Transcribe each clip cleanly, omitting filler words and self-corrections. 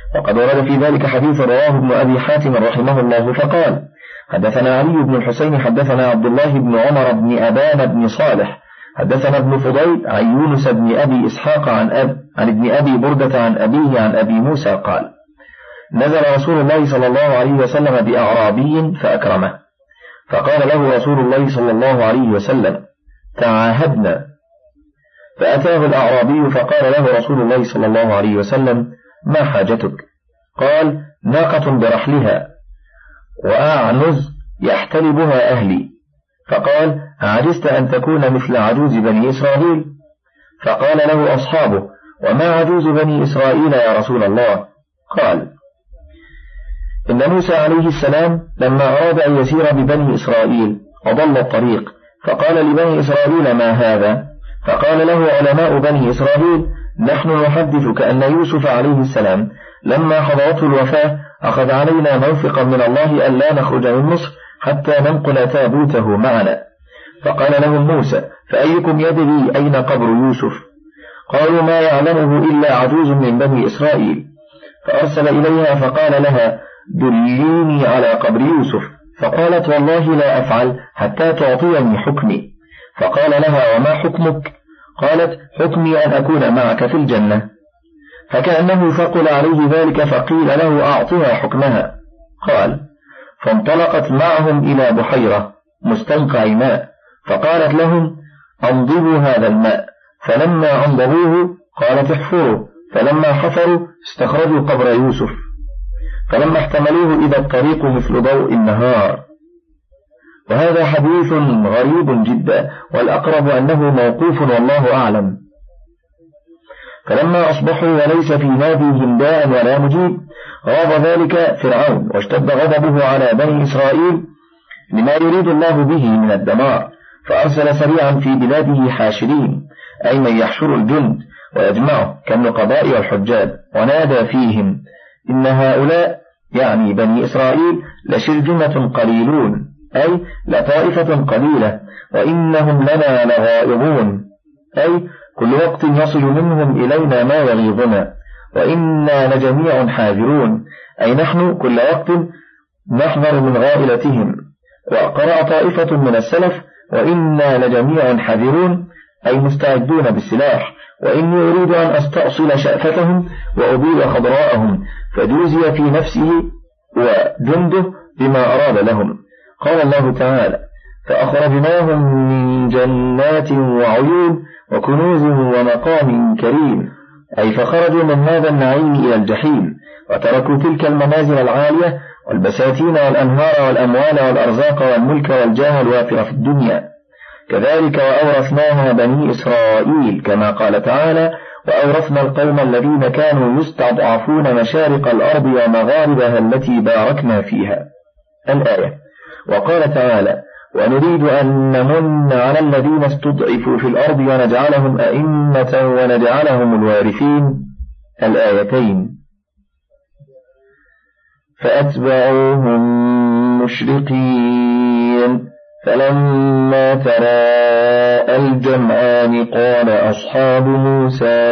وقد ورد في ذلك حديث رواه ابن أبي حاتم رحمه الله فقال: حدثنا علي بن الحسين حدثنا عبد الله بن عمر بن أبان بن صالح حدثنا ابن فضيل عن يونس بن أبي إسحاق عن ابن أبي بردة عن أبيه عن أبي موسى قال: نزل رسول الله صلى الله عليه وسلم بأعرابي فأكرمه، فقال له رسول الله صلى الله عليه وسلم: تعاهدنا. فأتاه الأعرابي فقال له رسول الله صلى الله عليه وسلم: ما حاجتك؟ قال: ناقة برحلها وأعنز يحتلبها أهلي. فقال: عجزت أن تكون مثل عجوز بني إسرائيل؟ فقال له أصحابه: وما عجوز بني إسرائيل يا رسول الله؟ قال: إن موسى عليه السلام لما أراد أن يسير ببني إسرائيل أضل الطريق، فقال لبني إسرائيل: ما هذا؟ فقال له علماء بني إسرائيل: نحن نحدثك أن يوسف عليه السلام لما حضرته الوفاة أخذ علينا موثقا من الله أن لا نخرج من مصر حتى ننقل تابوته معنا. فقال لهم موسى: فأيكم يدري أين قبر يوسف؟ قالوا: ما يعلمه إلا عجوز من بني إسرائيل. فأرسل إليها فقال لها: دليني على قبر يوسف. فقالت: والله لا أفعل حتى تعطيني حكمي. فقال لها: وما حكمك؟ قالت: حكمي أن أكون معك في الجنة. فكأنه ثقل عليه ذلك فقيل له: أعطها حكمها. قال: فانطلقت معهم إلى بحيرة مستنقع ماء، فقالت لهم: أنضبوا هذا الماء. فلما أنضبوه قالت: احفروا. فلما حفروا استخرجوا قبر يوسف، فلما احتملوه إذا الطريق مثل ضوء النهار. وهذا حديث غريب جدا، والأقرب أنه موقوف والله أعلم. فلما أصبحوا وليس في ناديهم داء ولا مجيب غاض ذلك فرعون، واشتد غضبه على بني إسرائيل لما يريد الله به من الدمار، فأرسل سريعا في بلاده حاشرين، أي من يحشر الجند ويجمعه كالنقباء والحجاج، ونادى فيهم: إن هؤلاء يعني بني إسرائيل لشرذمة قليلون، أي لطائفة قليلة، وإنهم لنا لغائظون، أي كل وقت يصل منهم إلينا ما يغيظنا، وإنا لجميع حاذرون، أي نحن كل وقت نحذر من غائلتهم. وقرأ طائفة من السلف: وإنا لجميع حاذرون، أي مستعدون بالسلاح، وإني أريد أن أستأصل شأفتهم وأبيد خضراءهم، فجوزي في نفسه وجنده بما أراد لهم. قال الله تعالى: فأخرجناهم من جنات وعيون وكنوز ومقام كريم، أي فخرجوا من هذا النعيم إلى الجحيم، وتركوا تلك المنازل العالية والبساتين والأنهار والأموال والأرزاق والملك والجاه الوافر في الدنيا. كذلك وأورثناها بني إسرائيل، كما قال تعالى: وأورثنا القوم الذين كانوا يستضعفون مشارق الأرض ومغاربها التي باركنا فيها. الآية. وقال تعالى: ونريد أن نمن على الذين استضعفوا في الأرض ونجعلهم أئمة ونجعلهم الوارثين. الآيتين. فأتبعوهم مشرقين، فلما تراءى الجمعان قال أصحاب موسى: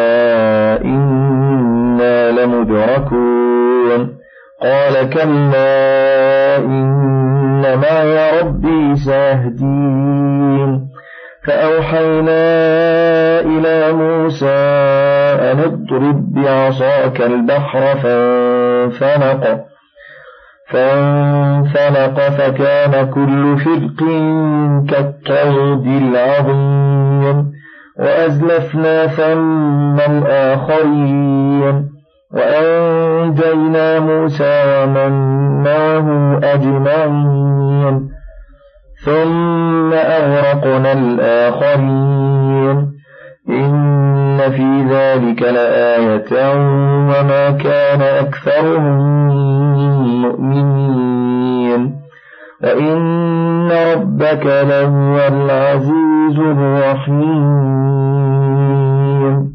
إنا لمدركون. قال: كلا إن معي ربي سيهدين. فأوحينا إلى موسى أن اضرب بعصاك البحر فانفلق فكان كل فرق كالطود العظيم. وأزلفنا ثم الآخرين، وأنجينا موسى ومن معه أجمعين، ثم أغرقنا الآخرين. إن في ذلك لآية وما كان أكثرهم مؤمنين، وإن ربك لهو العزيز الرحيم.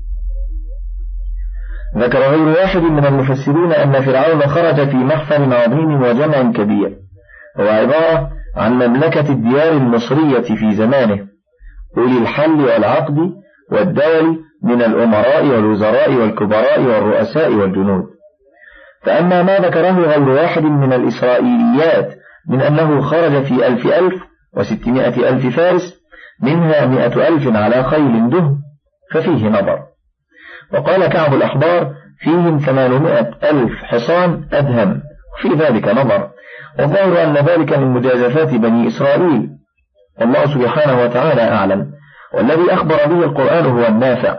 ذكر غير واحد من المفسرين أن فرعون خرج في محفل عظيم وجمع كبير، هو عبارة عن مملكة الديار المصرية في زمانه، أولي الحل والعقد والدول من الأمراء والوزراء والكبراء والرؤساء والجنود. فأما ما ذكره غير واحد من الإسرائيليات من أنه خرج في 1000 و600,000 فارس منها 100,000 على خيل دهم ففيه نظر. وقال كعب الأحبار فيهم 800,000 حصان أدهم وفي ذلك نظر، والظاهر أن ذلك من مجازفات بني إسرائيل، والله سبحانه وتعالى أعلم. والذي أخبر به القرآن هو النافع،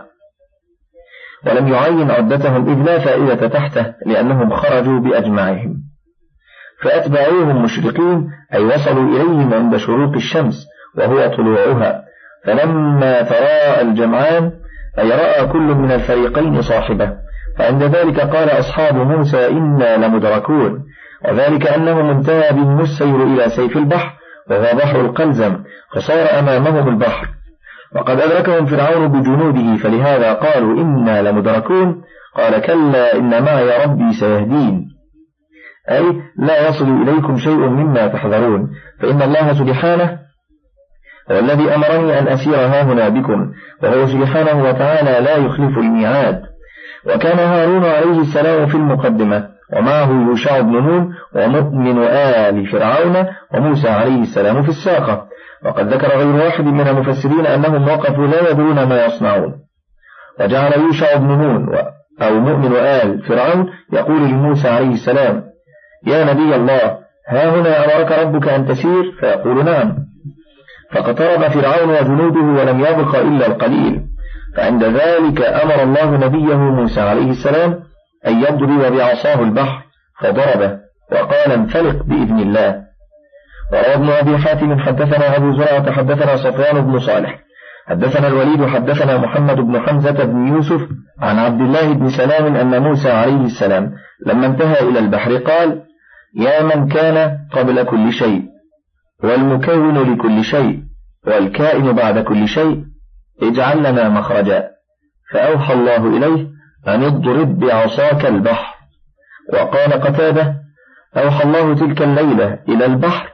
ولم يعين عدتهم إذ لا فائدة تحته لأنهم خرجوا بأجمعهم. فأتبعوهم مشرقين أي وصلوا إليهم عند شروق الشمس وهو طلوعها، فلما تراءى الجمعان أي رأى كل من الفريقين صاحبه، فعند ذلك قال أصحاب موسى إنا لمدركون، وذلك أنه انتهى بهم السير إلى سيف البحر وهو بحر القلزم، فصار أمامهم البحر، وقد أدركهم فرعون بجنوده، فلهذا قالوا إنا لمدركون. قال كلا إن معي ربي سيهدين، أي لا يصل إليكم شيء مما تحذرون، فإن الله سبحانه هو الذي أمرني أن أسير هاهنا بكم، وهو سبحانه وتعالى لا يخلف الميعاد. وكان هارون عليه السلام في المقدمة، ومعه يوشع بن نون ومؤمن آل فرعون، وموسى عليه السلام في الساقة. وقد ذكر غير واحد من المفسرين أنهم وقفوا لا يدرون ما يصنعون، وجعل يوشع بن نون أو مؤمن آل فرعون يقول لموسى عليه السلام يا نبي الله ها هنا أمرك ربك أن تسير؟ فيقول نعم. فاقترب فرعون وجنوده ولم يبق إلا القليل، فعند ذلك أمر الله نبيه موسى عليه السلام أن يضرب بعصاه البحر فضربه، وقال انفلق بإذن الله. وروى ابن أبي حاتم حدثنا أبو زرعة حدثنا صفوان بن صالح حدثنا الوليد حدثنا محمد بن حمزة بن يوسف عن عبد الله بن سلام أن موسى عليه السلام لما انتهى إلى البحر قال يا من كان قبل كل شيء والمكون لكل شيء والكائن بعد كل شيء اجعل لنا مخرجا، فأوحى الله إليه أن اضرب بعصاك البحر. وقال قتادة أوحى الله تلك الليلة إلى البحر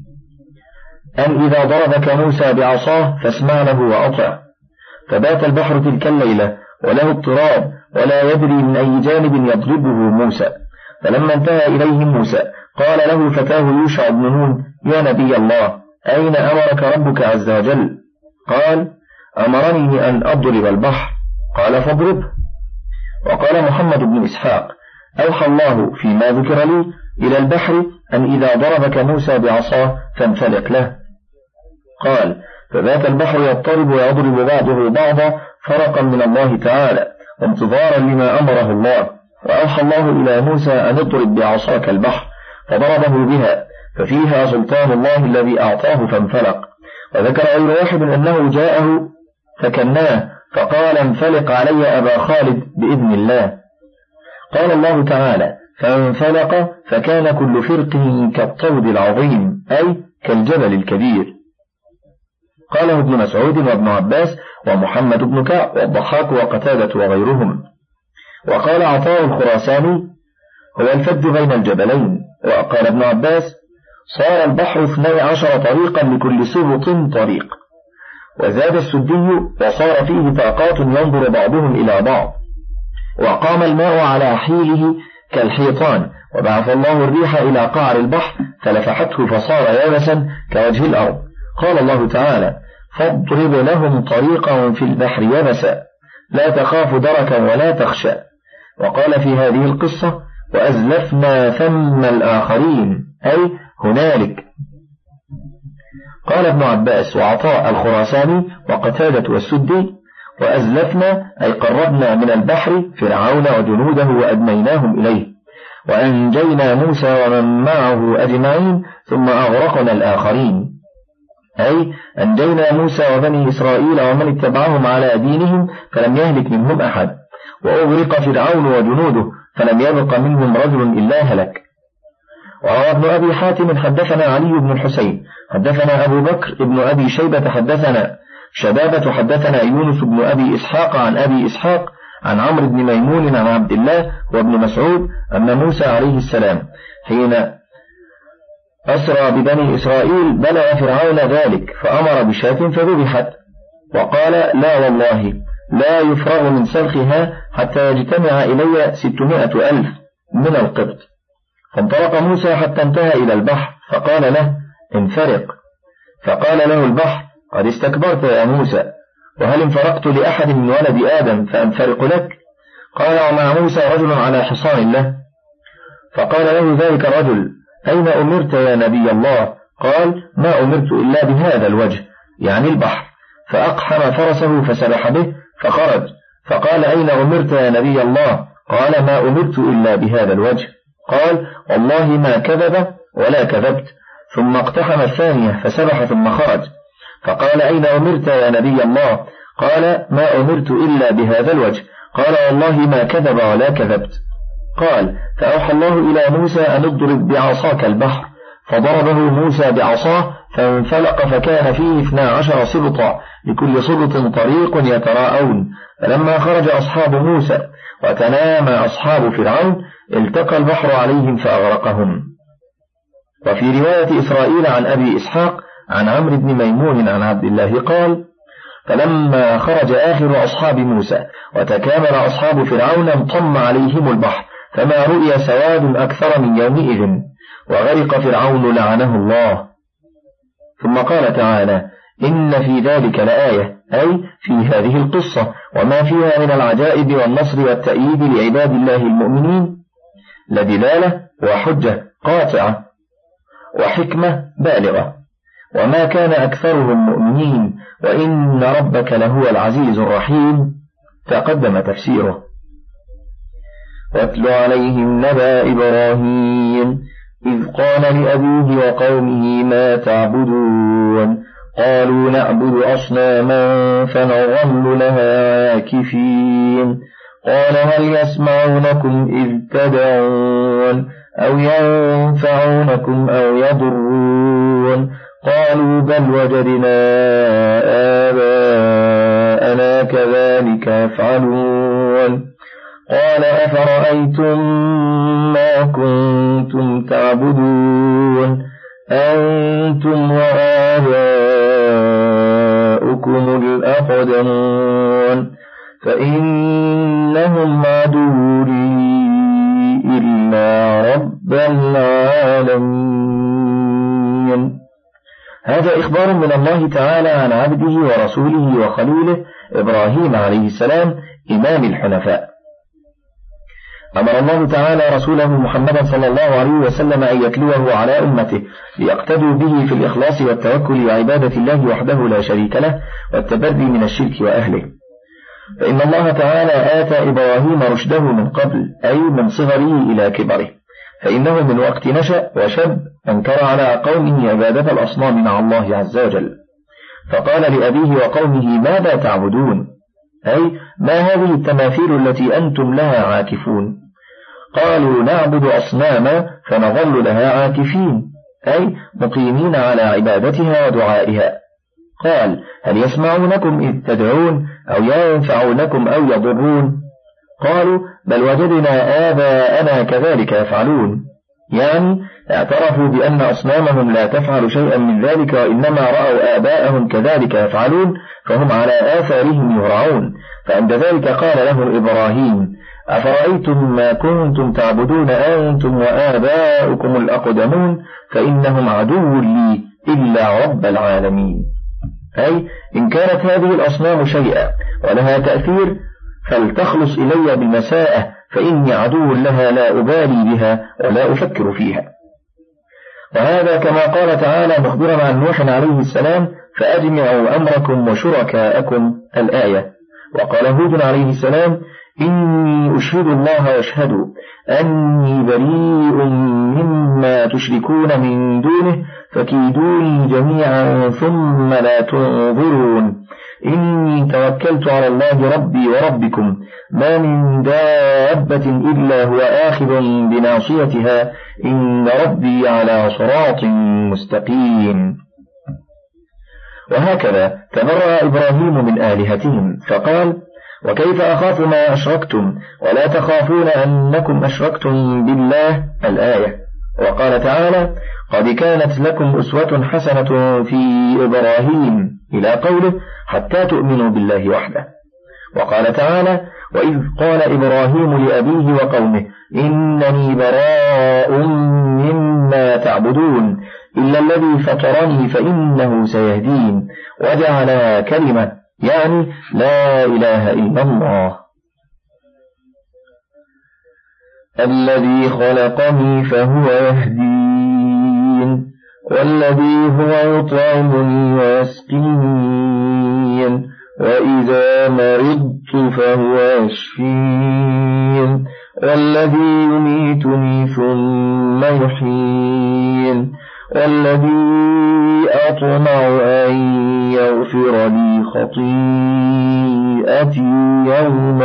أن إذا ضربك موسى بعصاه فاسمع له وأطع، فبات البحر تلك الليلة وله اضطراب ولا يدري من أي جانب يضربه موسى. فلما انتهى إليه موسى قال له فتاه يوشع بن نون يا نبي الله أين أمرك ربك عز وجل؟ قال أمرني أن أضرب البحر. قال فاضربه. وقال محمد بن إسحاق أوحى الله فيما ذكر لي إلى البحر أن إذا ضربك موسى بعصاه فانفلق له. قال فبات البحر يضطرب ويضرب بعضه بعضا فرقا من الله تعالى وانتظارا لما أمره الله، وأوحى الله إلى موسى أن اضرب بعصاك البحر فضربه بها ففيها سلطان الله الذي أعطاه فانفلق. وذكر غير واحد أنه جاءه فكناه فقال انفلق علي أبا خالد بإذن الله. قال الله تعالى فانفلق فكان كل فرق كالطود العظيم أي كالجبل الكبير. قاله ابن مسعود وابن عباس ومحمد بن كعب والضحاك وقتادة وغيرهم. وقال عطاء الخراساني هو الفج بين الجبلين. وقال ابن عباس صار البحر 12 طريقا لكل سبط طريق. وزاد السدي وصار فيه طاقات ينظر بعضهم إلى بعض، وقام الماء على حيله كالحيطان، وبعث الله الريح إلى قعر البحر فلفحته فصار يابسا كوجه الأرض. قال الله تعالى فاضرب لهم طريقا في البحر يبسا لا تخاف دركا ولا تخشى. وقال في هذه القصة وأزلفنا ثم الآخرين أي هنالك. قال ابن عباس وعطاء الخراساني وقتادة والسدي وأزلفنا أي قربنا من البحر فرعون وجنوده وأدنيناهم إليه، وأنجينا موسى ومن معه أجمعين ثم أغرقنا الآخرين، أي أنجينا موسى وبني إسرائيل ومن اتبعهم على دينهم فلم يهلك منهم أحد، وأغرق فرعون وجنوده فلم يبق منهم رجل إلا هلك. وروى ابن أبي حاتم حدثنا علي بن الحسين حدثنا أبو بكر ابن أبي شيبة حدثنا شبابة حدثنا يونس بن أبي إسحاق عن أبي إسحاق عن عمرو بن ميمون عن عبد الله وابن مسعود أن موسى عليه السلام حين أسرى ببني إسرائيل بلغ فرعون ذلك فأمر بشاة فذبحت، وقال لا والله لا يفرغ من سلخها حتى يجتمع إلي 600,000 من القبط. فانطلق موسى حتى انتهى إلى البحر فقال له انفرق، فقال له البحر قد استكبرت يا موسى، وهل انفرقت لأحد من ولد آدم فأنفرق لك؟ قال ومع موسى رجل على حصان له، فقال له ذلك الرجل أين أمرت يا نبي الله؟ قال ما أمرت إلا بهذا الوجه، يعني البحر، فأقحم فرسه فسبح به فخرج. فقال أين أمرت يا نبي الله؟ قال ما أمرت إلا بهذا الوجه. قال والله ما كذب ولا كذبت. ثم اقتحم الثانية فسبح ثم خرج. فقال أين أمرت يا نبي الله؟ قال ما أمرت إلا بهذا الوجه. قال والله ما كذب ولا كذبت. قال فأوحى الله إلى موسى أن اضرب بعصاك البحر، فضربه موسى بعصاه فانفلق فكان فيه 12 سبطا لكل سبط طريق يتراءون. فلما خرج أصحاب موسى وتنام أصحاب فرعون التقى البحر عليهم فأغرقهم. وفي رواية إسرائيل عن أبي إسحاق عن عمرو بن ميمون عن عبد الله قال فلما خرج آخر أصحاب موسى وتكامل أصحاب فرعون انطم عليهم البحر فما رؤي سواد أكثر من يومئذ، وغرق فرعون لعنه الله. ثم قال تعالى إن في ذلك لآية، أي في هذه القصة وما فيها من العجائب والنصر والتأييد لعباد الله المؤمنين لدلالة وحجة قاطعة وحكمة بالغة، وما كان أكثرهم مؤمنين وإن ربك لهو العزيز الرحيم. تقدم تفسيره. واتل عليهم نبأ إبراهيم إذ قال لأبيه وقومه ما تعبدون؟ قالوا نعبد أصناما فنظل لها عاكفين. قال هل يسمعونكم إذ تدعون أو ينفعونكم أو يضرون؟ قالوا بل وجدنا آباءنا كذلك يفعلون. قال أفرأيتم ما كنتم تعبدون أنتم وآباؤكم الأقدمون فإنهم عدو لي إلا رب العالمين. هذا إخبار من الله تعالى عن عبده ورسوله وخليله إبراهيم عليه السلام إمام الحنفاء. أمر الله تعالى رسوله محمدا صلى الله عليه وسلم أن يتلوه على أمته ليقتدوا به في الإخلاص والتوكل وعبادة الله وحده لا شريك له والتبري من الشرك وأهله. فإن الله تعالى آتى إبراهيم رشده من قبل، أي من صغره إلى كبره، فإنه من وقت نشأ وشب أنكر على قومه عبادة الأصنام مع الله عز وجل، فقال لأبيه وقومه ماذا تعبدون؟ أي ما هذه التماثيل التي أنتم لها عاكفون؟ قالوا نعبد أصناما فنظل لها عاكفين، أي مقيمين على عبادتها ودعائها. قال هل يسمعونكم إذ تدعون أو ينفعونكم أو يضرون؟ قالوا بل وجدنا آباءنا كذلك يفعلون، يعني اعترفوا بأن أصنامهم لا تفعل شيئا من ذلك وإنما رأوا آباءهم كذلك يفعلون فهم على آثارهم يهرعون. فعند ذلك قال لهم إبراهيم أفرأيتم ما كنتم تعبدون أنتم وآباؤكم الأقدمون فإنهم عدو لي إلا رب العالمين. أي إن كانت هذه الأصنام شيئا ولها تأثير فلتخلص إلي بالمساءة فإني عدو لها لا أبالي بها ولا أفكر فيها. وهذا كما قال تعالى مخبرا عن نوح عليه السلام فأجمعوا أمركم وشركاءكم الآية. وقال هود عليه السلام إني أشهد الله واشهدوا أني بريء مما تشركون من دونه فكيدوني جميعا ثم لا تنظرون إني توكلت على الله ربي وربكم ما من دابة إلا هو آخذ بناصيتها إن ربي على صراط مستقيم. وهكذا تبرأ إبراهيم من آلهتهم فقال وكيف أخاف ما أشركتم ولا تخافون أنكم أشركتم بالله الآية. وقال تعالى قد كانت لكم أسوة حسنة في إبراهيم إلى قوله حتى تؤمنوا بالله وحده. وقال تعالى وإذ قال إبراهيم لأبيه وقومه إنني براء مما تعبدون إلا الذي فطرني فإنه سيهدين وجعل كلمة يعني لا إله إلا الله. الذي خلقني فهو يهدين والذي هو يطعمني ويسقين وإذا مرضت فهو يشفين والذي يميتني ثم يحيين والذي أطمع أن يغفر لي خطيئتي يوم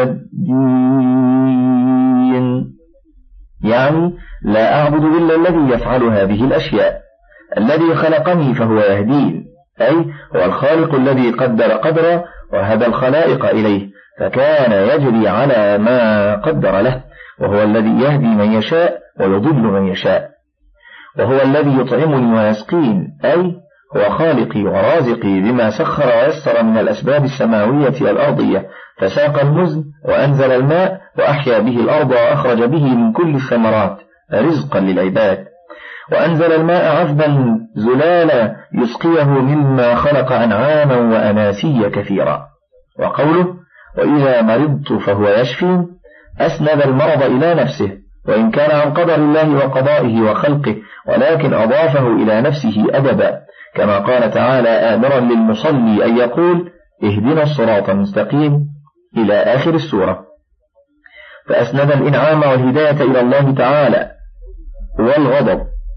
الدين، يعني لا أعبد إلا الذي يفعل هذه الأشياء. الذي خلقني فهو يهدين، أي هو الخالق الذي قدر قدره وهدى الخلائق إليه فكان يجري على ما قدر له، وهو الذي يهدي من يشاء ويضل من يشاء، وهو الذي يطعمني ويسقين، أي هو خالقي ورازقي بما سخر ويسر من الأسباب السماوية والأرضية، فساق المزن وأنزل الماء وأحيا به الأرض وأخرج به من كل الثمرات رزقا للعباد، وأنزل الماء عذبا زلالا يسقيه مما خلق أنعاما وأناسيا كثيرا. وقوله وإذا مرضت فهو يشفين أسند المرض إلى نفسه، وإن كان عن قدر الله وقضائه وخلقه، ولكن أضافه إلى نفسه أدبا، كما قال تعالى آمرا للمصلي أن يقول اهدنا الصراط المستقيم إلى آخر السورة، فأسند الإنعام والهداية إلى الله تعالى. والغضب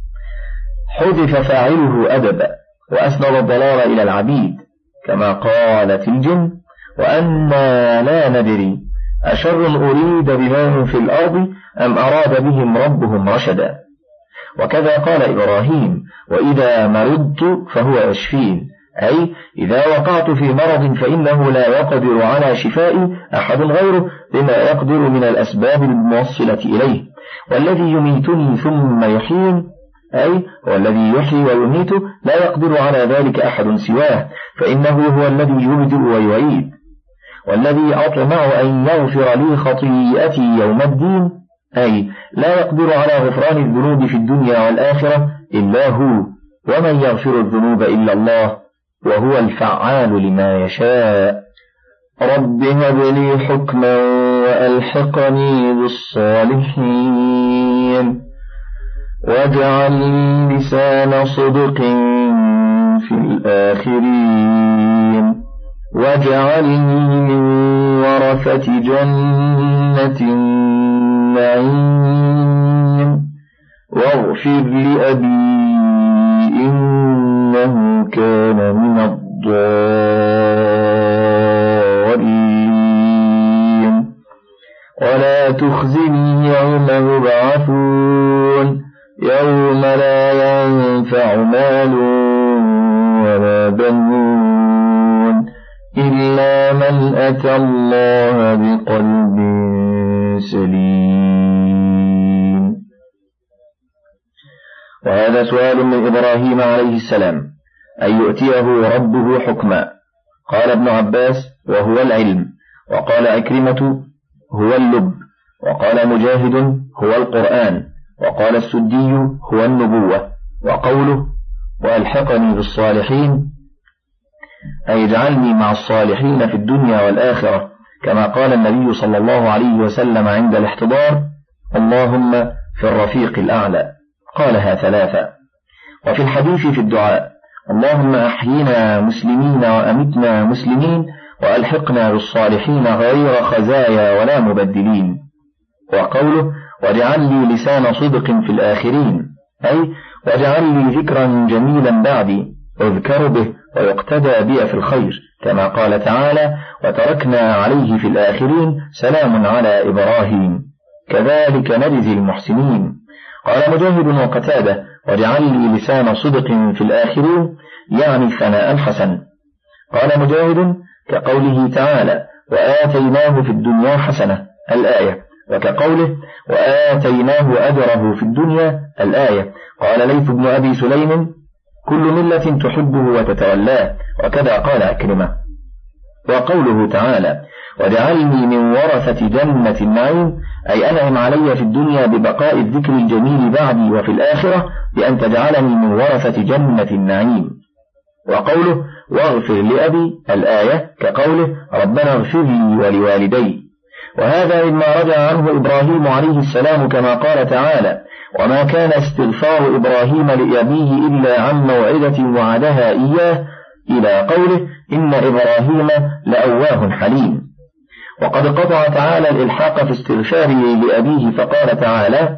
حذف فاعله أدبا، وأسند الضلال إلى العبيد، كما قالت الجن وأنا لا ندري أشر أريد بمن في الأرض أم أراد بهم ربهم رشدا. وكذا قال إبراهيم وإذا مرضت فهو يشفين، أي إذا وقعت في مرض فإنه لا يقدر على شفائي أحد غيره بما يقدر من الأسباب الموصلة إليه. والذي يميتني ثم يحيين، أي هو الذي يحيي ويميت لا يقدر على ذلك أحد سواه، فإنه هو الذي يبدئ ويعيد. والذي أطمع أن يغفر لي خطيئتي يوم الدين، أي لا يقدر على غفران الذنوب في الدنيا والآخرة إلا هو، ومن يغفر الذنوب إلا الله، وهو الفعال لما يشاء. رب هب لي حكما وألحقني بالصالحين واجعل لي لسان صدق في الآخرين واجعلني من ورثة جنة النعيم واغفر لأبي إنه كان من الضالين ولا تخزني يوم يبعثون يوم لا ينفع مال ولا بنون إلا من أتى الله بقلب سليم. وهذا سؤال من إبراهيم عليه السلام أن يؤتيه ربه حكما. قال ابن عباس وهو العلم، وقال عكرمة هو اللب، وقال مجاهد هو القرآن، وقال السدي هو النبوة. وقوله وألحقني بالصالحين أي اجعلني مع الصالحين في الدنيا والآخرة، كما قال النبي صلى الله عليه وسلم عند الاحتضار اللهم في الرفيق الأعلى، قالها ثلاثة. وفي الحديث في الدعاء اللهم أحينا مسلمين وأمتنا مسلمين وألحقنا بالصالحين غير خزايا ولا مبدلين. وقوله واجعل لي لسان صدق في الآخرين، أي واجعل لي ذكرا جميلا بعدي اذكر به ويقتدى بي في الخير، كما قال تعالى وتركنا عليه في الآخرين سلام على إبراهيم كذلك نجزي المحسنين. قال مجاهد وقتادة واجعل لي لسان صدق في الآخرين يعني ثناء الحسن. قال مجاهد كقوله تعالى وآتيناه في الدنيا حسنة الآية، وكقوله وآتيناه أجره في الدنيا الآية. قال ليث بن أبي سليم كل ملة تحبه وتتولاه، وكذا قال عكرمة. وقوله تعالى واجعلني من ورثة جنة النعيم أي أنعم علي في الدنيا ببقاء الذكر الجميل بعدي وفي الآخرة بأن تجعلني من ورثة جنة النعيم. وقوله واغفر لأبي الآية كقوله ربنا اغفر لي ولوالدي، وهذا مما رجع عنه إبراهيم عليه السلام كما قال تعالى وما كان استغفار إبراهيم لأبيه إلا عن موعدة وعدها إياه إلى قوله إن إبراهيم لأواه حليم. وقد قطع تعالى الإلحاق في استغفاره لأبيه فقال تعالى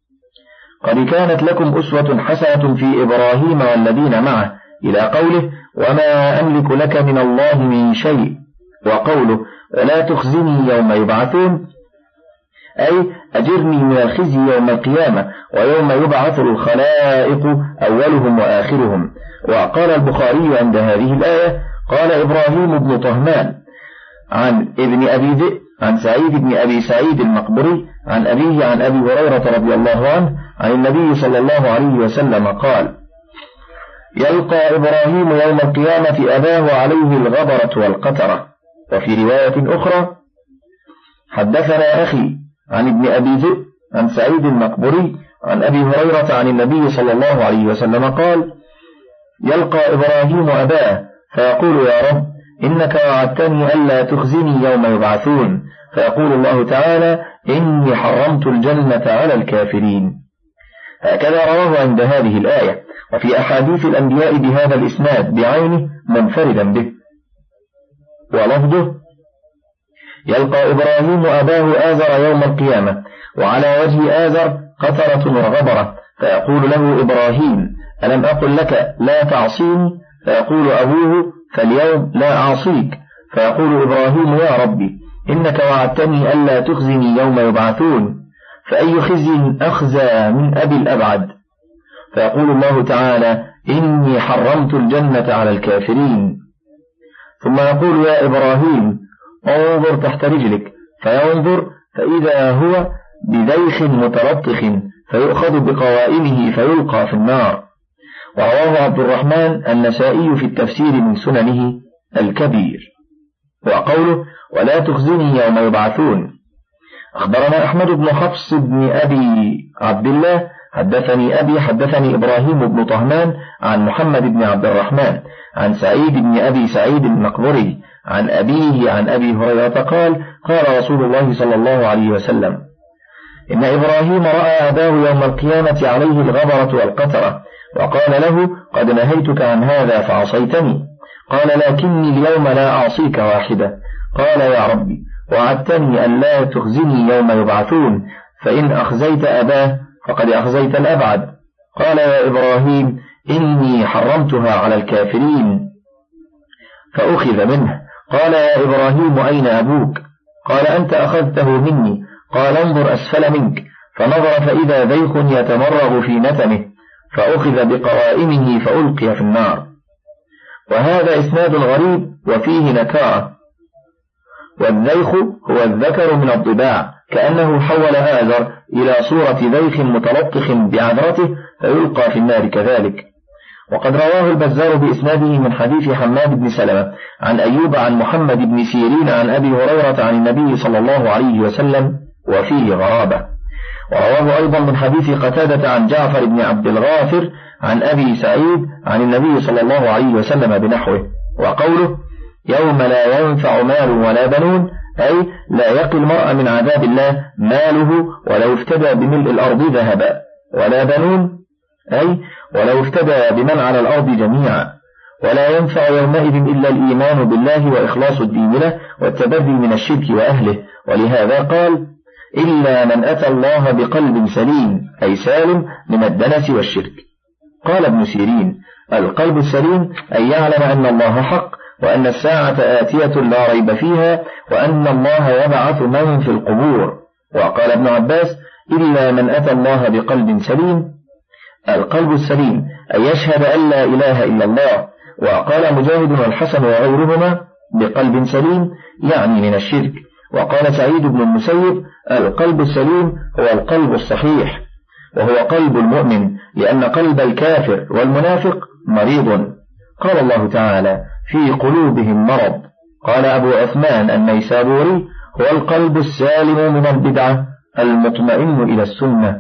قد كانت لكم أسوة حسنة في إبراهيم والذين معه إلى قوله وما أملك لك من الله من شيء، وقوله ولا تخزني يوم يبعثون أي أجرني من الخزي يوم القيامة ويوم يبعث الخلائق أولهم وآخرهم. وقال البخاري عند هذه الآية قال إبراهيم بن طهمان عن ابن أبي ذئب عن سعيد بن أبي سعيد المقبري عن أبيه عن أبي هريرة رضي الله عنه عن النبي صلى الله عليه وسلم قال يلقى إبراهيم يوم القيامة أباه عليه الغبرة والقترة. وفي رواية أخرى حدثنا أخي عن ابن أبي ذئب عن سعيد المقبري عن أبي هريرة عن النبي صلى الله عليه وسلم قال يلقى إبراهيم أباه فيقول يا رب إنك وعدتني ألا تخزني يوم يبعثون، فيقول الله تعالى إني حرمت الجنة على الكافرين. هكذا رواه عند هذه الآية. وفي أحاديث الأنبياء بهذا الإسناد بعينه منفردا به، ولفظه يلقى إبراهيم أباه آزر يوم القيامة وعلى وجه آزر قترة وغبرة، فيقول له إبراهيم ألم أقل لك لا تعصيني؟ فيقول أبوه فاليوم لا أعصيك. فيقول إبراهيم يا ربي إنك وعدتني ألا تخزني يوم يبعثون، فأي خزي أخزى من أبي الأبعد؟ فيقول الله تعالى إني حرمت الجنة على الكافرين. ثم يقول يا إبراهيم انظر تحت رجلك، فينظر فإذا هو بذيخ متلطخ فيؤخذ بقوائمه فيلقى في النار. ورواه عبد الرحمن النسائي في التفسير من سننه الكبير. وقوله ولا تخزني يوم يبعثون أخبرنا أحمد بن حفص بن أبي عبد الله حدثني أبي حدثني إبراهيم بن طهمان عن محمد بن عبد الرحمن عن سعيد بن أبي سعيد المقبري عن أبيه عن أبي هريرة قال قال رسول الله صلى الله عليه وسلم إن إبراهيم رأى أباه يوم القيامة عليه الغبرة والقترة وقال له قد نهيتك عن هذا فعصيتني، قال لكني اليوم لا أعصيك واحدة. قال يا ربي وعدتني أن لا تخزني يوم يبعثون، فإن أخزيت أباه فقد أخزيت الأبعد. قال يا إبراهيم إني حرمتها على الكافرين، فأخذ منه. قال يا إبراهيم أين أبوك؟ قال أنت أخذته مني. قال انظر أسفل منك، فنظر فإذا ذيخ يتمرغ في نتنه، فأخذ بقوائمه فألقي في النار. وهذا إسناد غريب وفيه نكارة. والذيخ هو الذكر من الضباع، كأنه حول آزر إلى صورة ذيخ متلطخ بعذرته فيلقى في النار كذلك. وقد رواه البزار بإسناده من حديث حماد بن سلمة عن أيوب عن محمد بن سيرين عن أبي هريرة عن النبي صلى الله عليه وسلم وفيه غرابة. ورواه أيضا من حديث قتادة عن جعفر بن عبد الغافر عن أبي سعيد عن النبي صلى الله عليه وسلم بنحوه. وقوله يوم لا ينفع مال ولا بنون أي لا يقي المرء من عذاب الله ماله ولو افتدى بملء الأرض ذهبا، ولا بنون أي ولو افتدى بمن على الأرض جميعا. ولا ينفع يومئذ إلا الإيمان بالله وإخلاص الدين له والتبري من الشرك وأهله. ولهذا قال إلا من أتى الله بقلب سليم أي سالم من الدنس والشرك. قال ابن سيرين القلب السليم أي يعلم أن الله حق وأن الساعة آتية لا ريب فيها وأن الله يبعث من في القبور. وقال ابن عباس إلا من أتى الله بقلب سليم. القلب السليم أي يشهد أن لا إله إلا الله. وقال مجاهد والحسن وغيرهما بقلب سليم يعني من الشرك. وقال سعيد بن المسيب القلب السليم هو القلب الصحيح، وهو قلب المؤمن، لأن قلب الكافر والمنافق مريض. قال الله تعالى في قلوبهم مرض قال أبو عثمان النيسابوري: هو القلب السالم من البدعة المطمئن إلى السنة.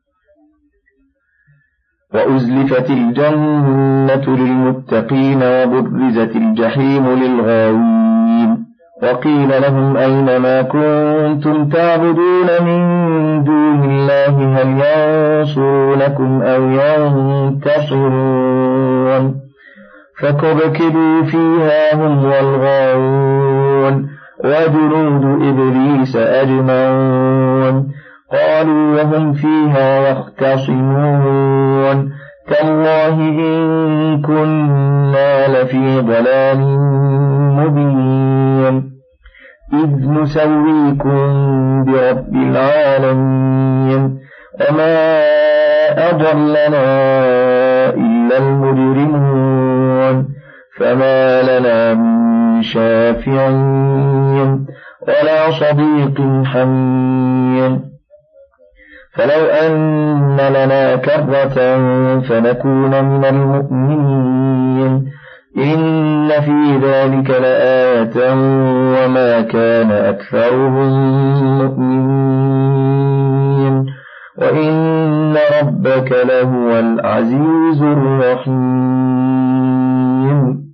وأزلفت الجنة للمتقين وبرزت الجحيم للغاوين وقيل لهم أين ما كنتم تعبدون من دون الله هل ينصرونكم أو ينتصرون فكبكبوا فيها هم والغاوون وجنود إبليس أجمعون قالوا وهم فيها يختصمون تالله إن كنا لفي ضلال مبين إذ نسويكم برب العالمين وما أضلنا إلا المجرمون فما لنا من شافعين ولا صديق حميم فلو أن لنا كرة فنكون من المؤمنين إن في ذلك لآية وما كان أكثرهم مؤمنين وإن ربك لهو العزيز الرحيم.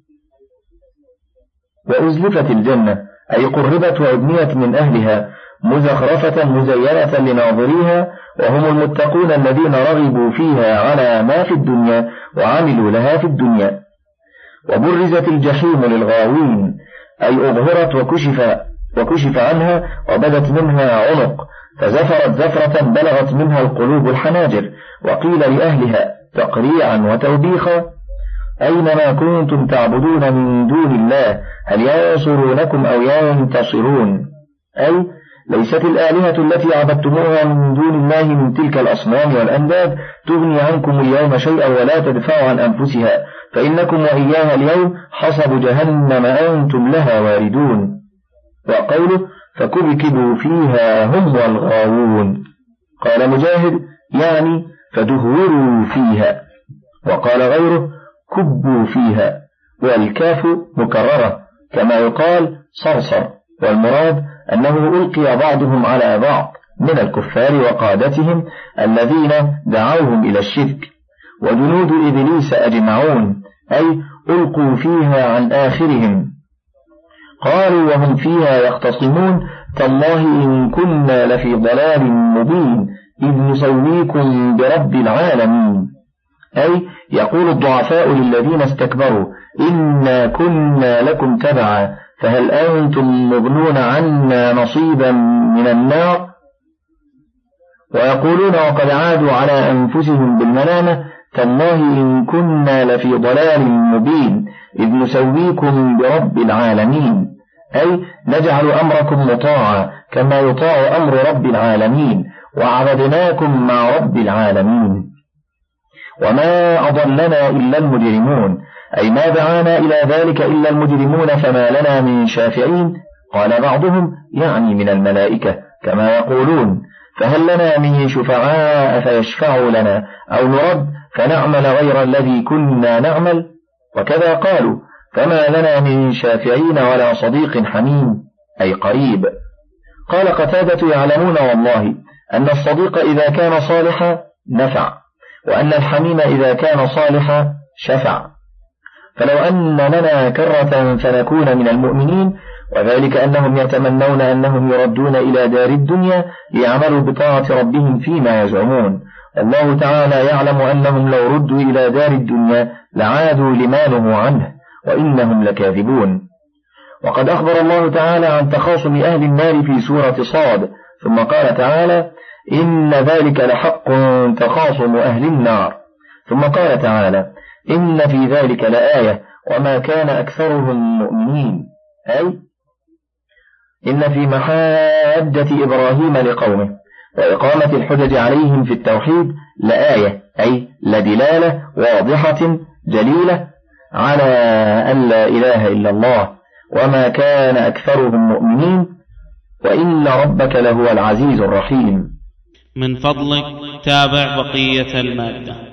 وأزلفت الجنة أي قربت وأبنيت من أهلها مزخرفة مزينة لناظريها وهم المتقون الذين رغبوا فيها على ما في الدنيا وعملوا لها في الدنيا. وبرزت الجحيم للغاوين أي أظهرت وكشف عنها وبدت منها عنق فزفرت زفرة بلغت منها القلوب الحناجر. وقيل لأهلها تقريعا وتوبيخا أين ما كنتم تعبدون من دون الله هل ينصرونكم أو ينتصرون أي ليست الآلهة التي عبدتموها من دون الله من تلك الأصنام والأنداد تغني عنكم اليوم شيئا ولا تدفع عن أنفسها فإنكم وإياها اليوم حصب جهنم أنتم لها واردون. وقوله فكبكبوا فيها هم والغاوون قال مجاهد يعني فدهوروا فيها وقال غيره كبوا فيها والكاف مكررة كما يقال صرصر والمراد أنه ألقي بعضهم على بعض من الكفار وقادتهم الذين دعوهم إلى الشرك. وجنود إبليس أجمعون أي ألقوا فيها عن آخرهم. قالوا وهم فيها يختصمون تالله إن كنا لفي ضلال مبين إذ نسويكم برب العالمين أي يقول الضعفاء للذين استكبروا إنا كنا لكم تبعا فهل أنتم مغنون عنا نصيبا من النار. ويقولون وقد عادوا على أنفسهم بالملامة تالله إن كنا لفي ضلال مبين إذ نسويكم برب العالمين أي نجعل أمركم مطاعا كما يطاع أمر رب العالمين وعبدناكم مع رب العالمين. وما أضلنا إلا المجرمون أي ما دعانا إلى ذلك إلا المجرمون فما لنا من شافعين. قال بعضهم يعني من الملائكة كما يقولون فهل لنا من شفعاء فيشفعوا لنا أو نرد فنعمل غير الذي كنا نعمل. وكذا قالوا فما لنا من شافعين ولا صديق حميم أي قريب. قال قتادة يعلمون والله أن الصديق إذا كان صالحا نفع وأن الحميم إذا كان صالحا شفع. فلو أن لنا كرة فنكون من المؤمنين وذلك أنهم يتمنون أنهم يردون إلى دار الدنيا ليعملوا بطاعة ربهم فيما يزعمون. الله تعالى يعلم أنهم لو ردوا إلى دار الدنيا لعادوا لما نهوا عنه وإنهم لكاذبون. وقد أخبر الله تعالى عن تخاصم أهل النار في سورة صاد ثم قال تعالى إن ذلك لحق تخاصم أهل النار. ثم قال تعالى إن في ذلك لآية وما كان أكثرهم مؤمنين أي إن في محاجة إبراهيم لقومه وإقامة الحجج عليهم في التوحيد لآية أي لدلالة واضحة جليلة على أن لا إله إلا الله وما كان أكثرهم مؤمنين وإن ربك لهو العزيز الرحيم. من فضلك تابع بقية المادة.